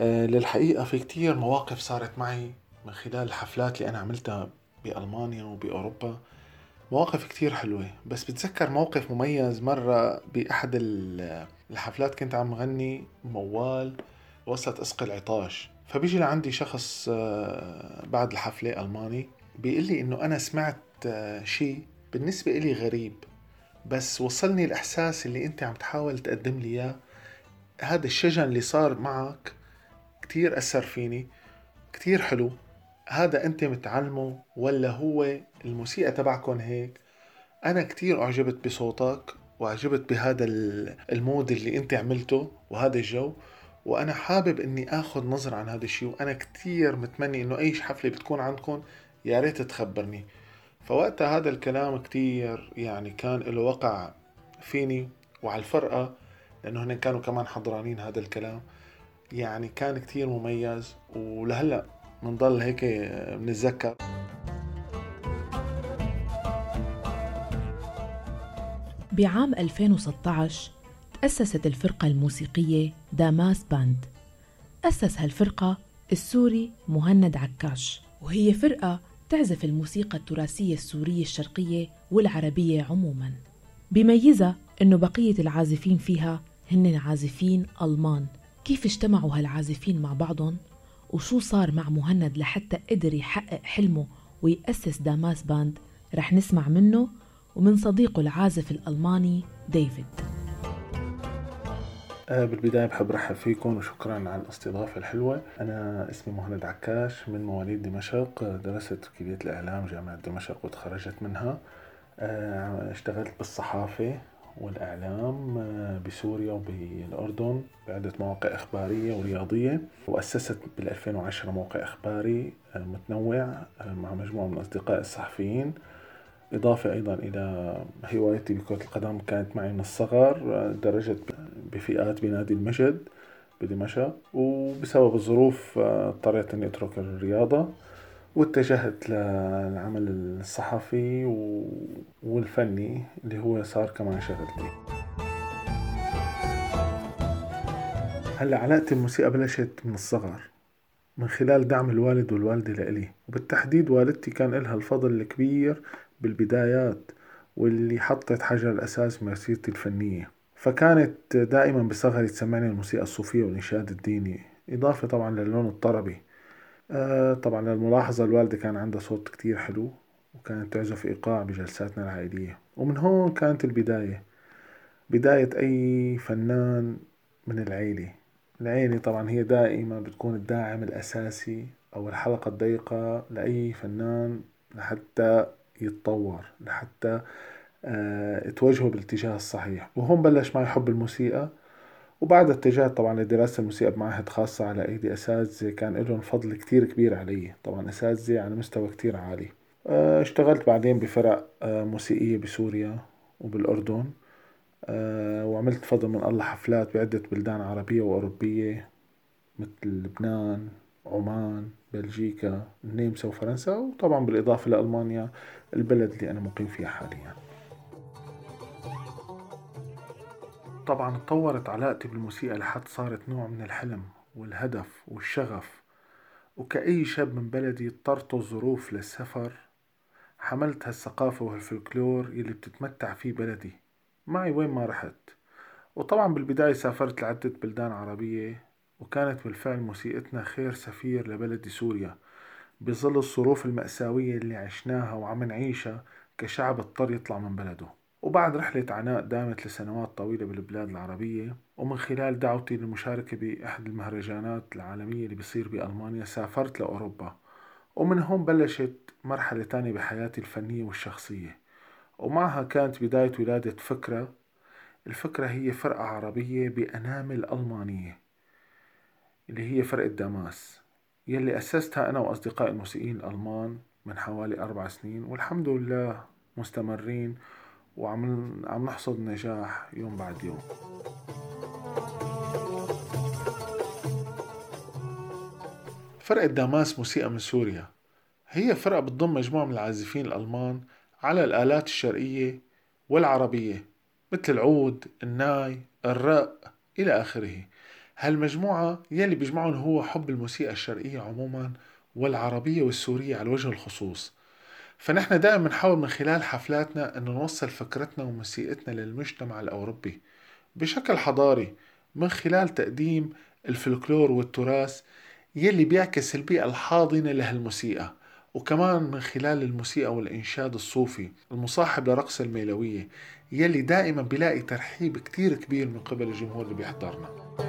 للحقيقة في كتير مواقف صارت معي من خلال الحفلات اللي أنا عملتها بألمانيا وبأوروبا. مواقف كتير حلوة، بس بتذكر موقف مميز مرة بأحد الحفلات. كنت عم غني موال وسط اسق العطاش، فبيجي لعندي شخص بعد الحفلة ألماني بيقول لي إنه أنا سمعت شيء بالنسبة إلي غريب، بس وصلني الإحساس اللي أنت عم تحاول تقدم لي إياه. هذا الشجن اللي صار معك كتير أثر فيني، كتير حلو. هذا أنت متعلمه ولا هو الموسيقى تبعكم هيك؟ أنا كتير أعجبت بصوتك وأعجبت بهذا المود اللي أنت عملته وهذا الجو، وأنا حابب أني أخذ نظرة عن هذا الشيء، وأنا كتير متمني أنه أي حفلة بتكون عندكم يا ريت تخبرني. فوقتها هذا الكلام كتير يعني كان له وقع فيني وعلى الفرقة، لأنه هن كانوا كمان حضرانين هذا الكلام. يعني كان كتير مميز، ولهلأ منضل هيك بنتذكر. بعام 2016 تأسست الفرقة الموسيقية داماس باند. أسس هالفرقة السوري مهند عكاش، وهي فرقة تعزف الموسيقى التراثية السورية الشرقية والعربية عموماً. بيميزها إنه بقية العازفين فيها هن عازفين ألمان. كيف اجتمعوا هالعازفين مع بعضهم وشو صار مع مهند لحتى قدر يحقق حلمه ويأسس داماس باند، رح نسمع منه ومن صديقه العازف الألماني ديفيد. بالبداية بحب رحب فيكم وشكرا على الاستضافة الحلوة. أنا اسمي مهند عكاش من مواليد دمشق، درست كلية الإعلام جامعة دمشق وتخرجت منها. اشتغلت بالصحافة والإعلام بسوريا وبالأردن بعدة مواقع إخبارية ورياضية، وأسست بال2010 موقع إخباري متنوع مع مجموعة من الأصدقاء الصحفيين. إضافة أيضا إلى هوايتي بكرة القدم كانت معي من الصغر. درجت بفئات بنادي المجد بدمشق، وبسبب الظروف اضطريت أني أترك الرياضة واتجهت للعمل الصحفي والفني اللي هو صار كمان شغلتي. هلا علاقتي بالموسيقى بلشت من الصغر من خلال دعم الوالد والوالدة لإلي، وبالتحديد والدتي كان لها الفضل الكبير بالبدايات، واللي حطت حجر الأساس بمسيرتي الفنية. فكانت دائما بصغري تسمعني الموسيقى الصوفية والإنشاد الديني، إضافة طبعا للون الطربي. طبعا للملاحظة الوالدة كان عندها صوت كتير حلو، وكانت تعزف إيقاع بجلساتنا العائلية. ومن هون كانت البداية، بداية أي فنان من العيلة طبعا هي دائما بتكون الداعم الأساسي أو الحلقة الضيقة لأي فنان لحتى يتطور، لحتى توجهه بالاتجاه الصحيح. وهون بلش معي حب الموسيقى، وبعد اتجهت طبعا لدراسة الموسيقى بمعهد خاصة على أيدي أساتذة كان لهم فضل كتير كبير علي، طبعا أساتذة على مستوى كتير عالي. اشتغلت بعدين بفرق موسيقية بسوريا وبالأردن. وعملت فضل من الله حفلات بعدة بلدان عربية وأوروبية مثل لبنان، عمان، بلجيكا، النمسا وفرنسا، وطبعا بالإضافة لألمانيا البلد اللي أنا مقيم فيها حاليا. طبعا تطورت علاقتي بالموسيقى لحد صارت نوع من الحلم والهدف والشغف، وكأي شاب من بلدي اضطرته الظروف للسفر. حملت هالثقافة وهالفلكلور يلي بتتمتع فيه بلدي معي وين ما رحت. وطبعا بالبداية سافرت لعدة بلدان عربية، وكانت بالفعل موسيقتنا خير سفير لبلدي سوريا بظل الظروف المأساوية اللي عشناها وعم نعيشها كشعب اضطر يطلع من بلده. وبعد رحلة عناء دامت لسنوات طويلة بالبلاد العربية، ومن خلال دعوتي للمشاركة بأحد المهرجانات العالمية اللي بيصير بألمانيا سافرت لأوروبا. ومن هون بلشت مرحلة تانية بحياتي الفنية والشخصية، ومعها كانت بداية ولادة فكرة. الفكرة هي فرقة عربية بأنامل ألمانية اللي هي فرقة داماس، يلي أسستها أنا وأصدقائي الموسيقيين الألمان من حوالي 4 سنين، والحمد لله مستمرين وعم نحصد نجاح يوم بعد يوم. فرقة داماس موسيقى من سوريا، هي فرقة بتضم مجموعة من العازفين الألمان على الآلات الشرقية والعربية مثل العود، الناي، الرق إلى آخره. هالمجموعة يلي بيجمعهم هو حب الموسيقى الشرقية عموما والعربية والسورية على وجه الخصوص. فنحن دائما نحاول من خلال حفلاتنا أن نوصل فكرتنا وموسيقتنا للمجتمع الأوروبي بشكل حضاري من خلال تقديم الفلكلور والتراث يلي بيعكس البيئة الحاضنة لهالموسيقى، وكمان من خلال الموسيقى والإنشاد الصوفي المصاحب لرقص الميلوية يلي دائما بيلاقي ترحيب كتير كبير من قبل الجمهور اللي بيحضرنا.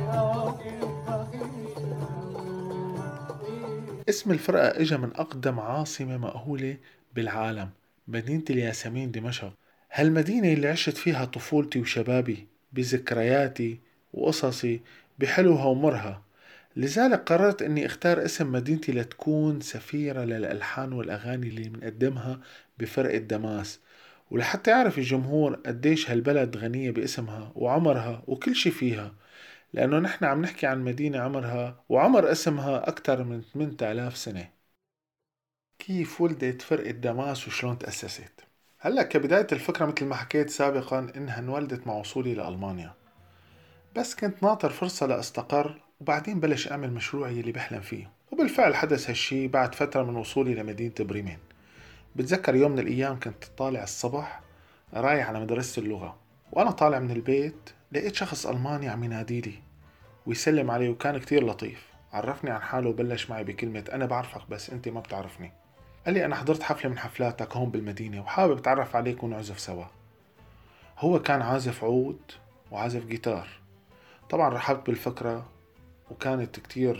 اسم الفرقة اجا من أقدم عاصمة مأهولة بالعالم، مدينة الياسمين دمشق. هالمدينة اللي عشت فيها طفولتي وشبابي بذكرياتي وقصصي بحلوها ومرها. لذلك قررت أني اختار اسم مدينتي لتكون سفيرة للألحان والأغاني اللي منقدمها بفرقة دماس، ولحتى يعرف الجمهور قديش هالبلد غنية باسمها وعمرها وكل شي فيها، لأنه نحن عم نحكي عن مدينة عمرها وعمر اسمها أكثر من 8000 سنة. كيف ولدت فرقة دماس وشلون تأسست؟ هلأ كبداية الفكرة مثل ما حكيت سابقا إنها انولدت مع وصولي لألمانيا، بس كنت ناطر فرصة لأستقر وبعدين بلش أعمل مشروعي اللي بحلم فيه. وبالفعل حدث هالشي بعد فترة من وصولي لمدينة بريمين. بتذكر يوم من الأيام كنت طالع الصبح رايح على مدرسة اللغة، وأنا طالع من البيت لقيت شخص ألماني عم يناديلي ويسلم علي، وكان كتير لطيف. عرفني عن حاله وبلش معي بكلمة أنا بعرفك بس أنت ما بتعرفني. قال لي أنا حضرت حفلة من حفلاتك هون بالمدينة وحابب أتعرف عليك ونعزف سوا. هو كان عازف عود وعازف جيتار. طبعا رحبت بالفكرة وكانت كتير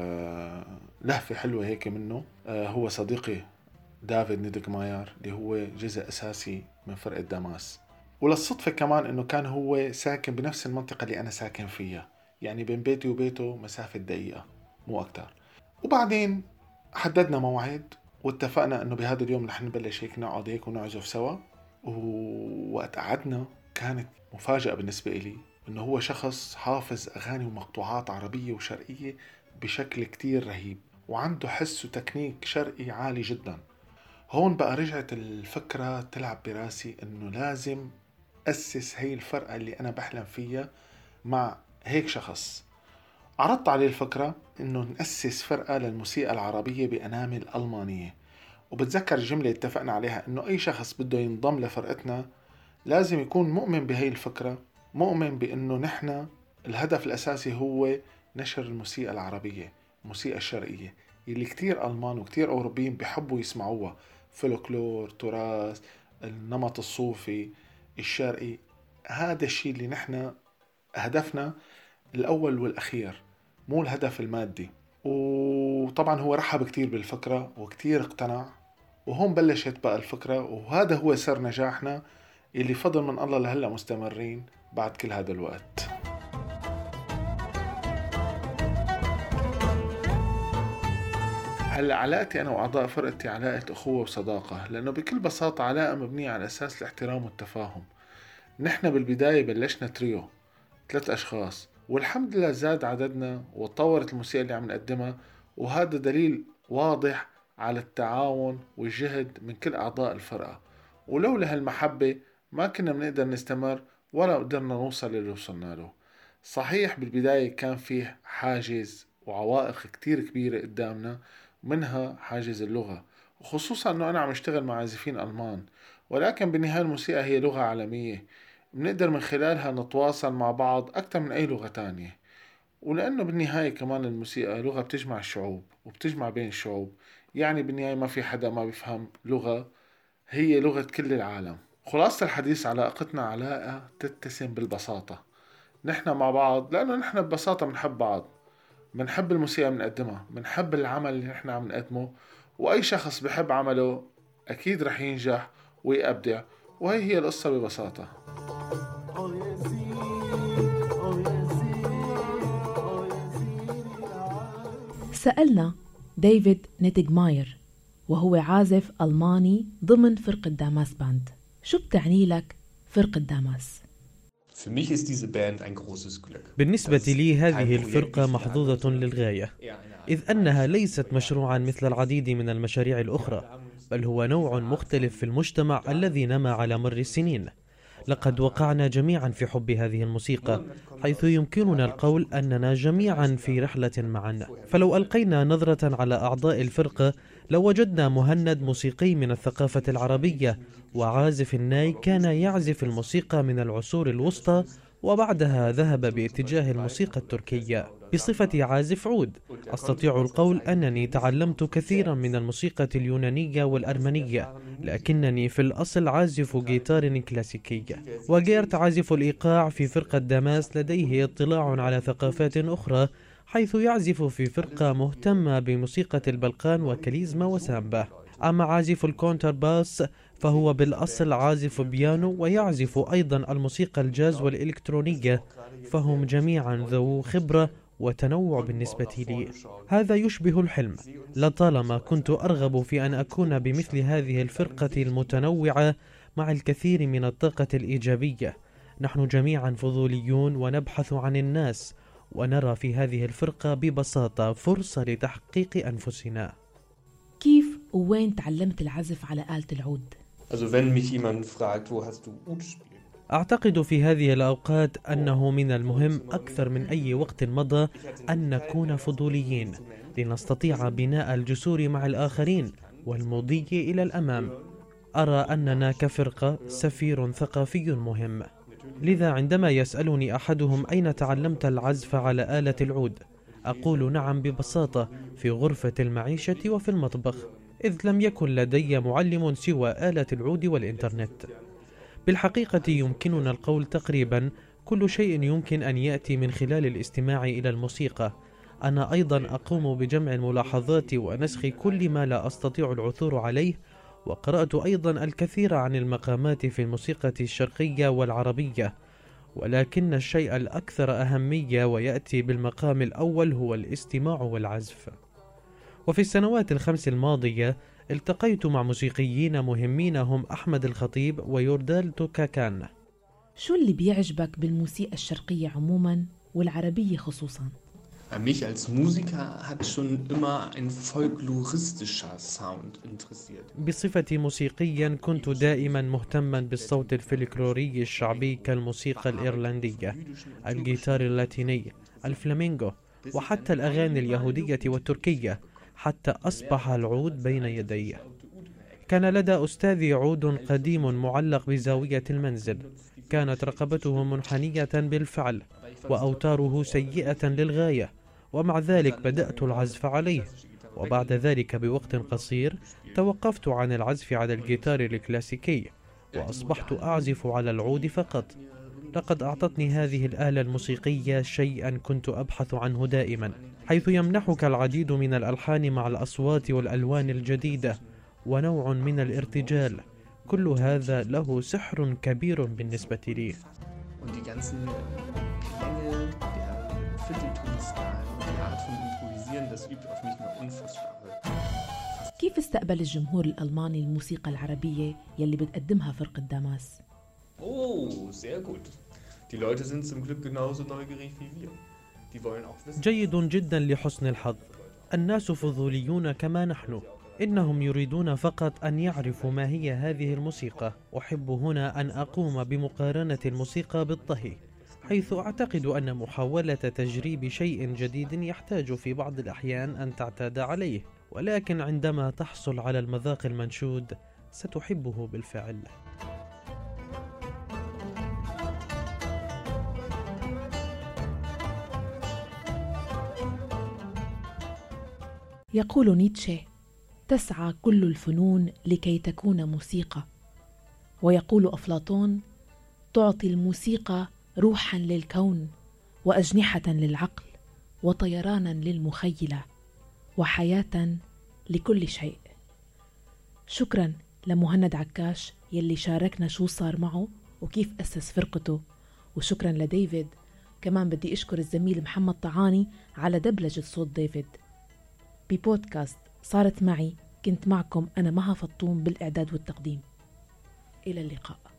لهفة حلوة هيك منه. هو صديقي دافيد نيدغماير اللي هو جزء أساسي من فرقة دماس. وللصدفة كمان إنه كان هو ساكن بنفس المنطقة اللي أنا ساكن فيها، يعني بين بيتي وبيته مسافة دقيقة مو أكتر. وبعدين حددنا موعد واتفقنا إنه بهذا اليوم رح نبلش هيك نقعد هيك ونعزف سوا. ووقت قعدنا كانت مفاجأة بالنسبة إلي إنه هو شخص حافظ أغاني ومقطوعات عربية وشرقية بشكل كتير رهيب، وعنده حس وتكنيك شرقي عالي جدا. هون بقى رجعت الفكرة تلعب براسي إنه لازم أسس هاي الفرقة اللي أنا بحلم فيها مع هيك شخص. عرضت عليه الفكرة إنه نأسس فرقة للموسيقى العربية بأنامل ألمانية. وبتذكر جملة اتفقنا عليها إنه أي شخص بده ينضم لفرقتنا لازم يكون مؤمن بهاي الفكرة، مؤمن بأنه نحن الهدف الأساسي هو نشر الموسيقى العربية، الموسيقى الشرقية اللي كتير ألمان وكتير أوروبيين بيحبوا يسمعوها، فولكلور، تراث، النمط الصوفي الشرقي. هذا الشيء اللي نحن هدفنا الأول والأخير، مو الهدف المادي. وطبعا هو رحب كتير بالفكرة وكتير اقتنع، وهون بلشت بقى الفكرة، وهذا هو سر نجاحنا اللي فضل من الله لهلأ مستمرين بعد كل هذا الوقت. هلا علاقتي أنا وأعضاء فرقتي علاقة أخوة وصداقة، لأنه بكل بساطة علاقة مبنية على أساس الاحترام والتفاهم. نحن بالبداية بلشنا تريو 3 أشخاص، والحمد لله زاد عددنا وتطورت الموسيقى اللي عم نقدمها، وهذا دليل واضح على التعاون والجهد من كل أعضاء الفرقة. ولولا هالمحبة ما كنا بنقدر نستمر ولا قدرنا نوصل اللي وصلنا له. صحيح بالبداية كان فيه حاجز وعوائق كتير كبيرة قدامنا، منها حاجز اللغة، وخصوصا أنه أنا عم اشتغل مع عازفين ألمان، ولكن بالنهاية الموسيقى هي لغة عالمية بنقدر من خلالها نتواصل مع بعض أكثر من أي لغة تانية. ولأنه بالنهاية كمان الموسيقى لغة بتجمع الشعوب وبتجمع بين الشعوب، يعني بالنهاية ما في حدا ما بيفهم لغة، هي لغة كل العالم. خلاصة الحديث علاقتنا علاقة تتسم بالبساطة. نحن مع بعض لأنه نحن ببساطة بنحب بعض، بنحب الموسيقى بنقدمها، بنحب العمل اللي نحن عم نقدمه، وأي شخص بحب عمله أكيد رح ينجح ويبدع. وهي هي القصة ببساطة. سألنا ديفيد نيدغماير وهو عازف ألماني ضمن فرقة داماس باند، شو بتعني لك فرقة داماس؟ بالنسبة لي هذه الفرقة محظوظة للغاية، إذ أنها ليست مشروعا مثل العديد من المشاريع الأخرى، بل هو نوع مختلف في المجتمع الذي نما على مر السنين. لقد وقعنا جميعا في حب هذه الموسيقى، حيث يمكننا القول أننا جميعا في رحلة معا. فلو ألقينا نظرة على أعضاء الفرقة لوجدنا مهند موسيقي من الثقافة العربية، وعازف الناي كان يعزف الموسيقى من العصور الوسطى، وبعدها ذهب باتجاه الموسيقى التركية. بصفتي عازف عود أستطيع القول أنني تعلمت كثيرا من الموسيقى اليونانية والأرمنية، لكنني في الأصل عازف جيتار كلاسيكي. وجيرت عازف الإيقاع في فرقة داماس لديه اطلاع على ثقافات أخرى، حيث يعزف في فرقة مهتمة بموسيقى البلقان وكليزما وسامبا. أما عازف الكونتر باس فهو بالأصل عازف بيانو ويعزف أيضا الموسيقى الجاز والإلكترونية، فهم جميعا ذو خبرة وتنوع بالنسبة لي. هذا يشبه الحلم. لطالما كنت أرغب في أن أكون بمثل هذه الفرقة المتنوعة مع الكثير من الطاقة الإيجابية. نحن جميعا فضوليون ونبحث عن الناس، ونرى في هذه الفرقة ببساطة فرصة لتحقيق أنفسنا. كيف ووين تعلمت العزف على آلة العود؟ أعتقد في هذه الأوقات أنه من المهم أكثر من أي وقت مضى أن نكون فضوليين لنستطيع بناء الجسور مع الآخرين والمضي إلى الأمام. أرى أننا كفرقة سفير ثقافي مهم. لذا عندما يسألني أحدهم أين تعلمت العزف على آلة العود، أقول نعم ببساطة في غرفة المعيشة وفي المطبخ، إذ لم يكن لدي معلم سوى آلة العود والإنترنت. بالحقيقة يمكننا القول تقريبا كل شيء يمكن أن يأتي من خلال الاستماع إلى الموسيقى. أنا أيضا أقوم بجمع الملاحظات ونسخ كل ما لا أستطيع العثور عليه، وقرأت أيضا الكثير عن المقامات في الموسيقى الشرقية والعربية، ولكن الشيء الأكثر أهمية ويأتي بالمقام الأول هو الاستماع والعزف. وفي السنوات الخمس الماضية التقيت مع موسيقيين مهمين هم أحمد الخطيب ويوردال توكاكان. شو اللي بيعجبك بالموسيقى الشرقية عموما والعربية خصوصا؟ Mich als Musiker hat schon immer ein folkloristischer Sound interessiert. بصفتي موسيقيا كنت دائما مهتما بالصوت الفلكلوري الشعبي كالموسيقى الإيرلندية، الجيتار اللاتيني، الفلامينغو، وحتى الأغاني اليهودية والتركية، حتى أصبح العود بين يدي. كان لدى أستاذي عود قديم معلق بزاوية المنزل، كانت رقبته منحنية بالفعل وأوتاره سيئة للغاية، ومع ذلك بدأت العزف عليه. وبعد ذلك بوقت قصير توقفت عن العزف على الجيتار الكلاسيكي وأصبحت أعزف على العود فقط. لقد أعطتني هذه الآلة الموسيقية شيئا كنت أبحث عنه دائما، حيث يمنحك العديد من الألحان مع الأصوات والألوان الجديدة ونوع من الارتجال. كل هذا له سحر كبير بالنسبة لي. كيف استقبل الجمهور الألماني الموسيقى العربية يلي بتقدمها فرقة داماس؟ جيد جدا لحسن الحظ. الناس فضوليون كما نحن، إنهم يريدون فقط أن يعرفوا ما هي هذه الموسيقى. أحب هنا أن أقوم بمقارنة الموسيقى بالطهي، حيث أعتقد أن محاولة تجريب شيء جديد يحتاج في بعض الأحيان أن تعتاد عليه، ولكن عندما تحصل على المذاق المنشود ستحبه بالفعل. يقول نيتشه: تسعى كل الفنون لكي تكون موسيقى. ويقول أفلاطون: تعطي الموسيقى روحا للكون، وأجنحة للعقل، وطيرانا للمخيلة، وحياة لكل شيء. شكرا لمهند عكاش يلي شاركنا شو صار معه وكيف أسس فرقته، وشكرا لديفيد. كمان بدي أشكر الزميل محمد طعاني على دبلجة صوت ديفيد. ببودكاست صارت معي كنت معكم أنا مها فطوم بالإعداد والتقديم. إلى اللقاء.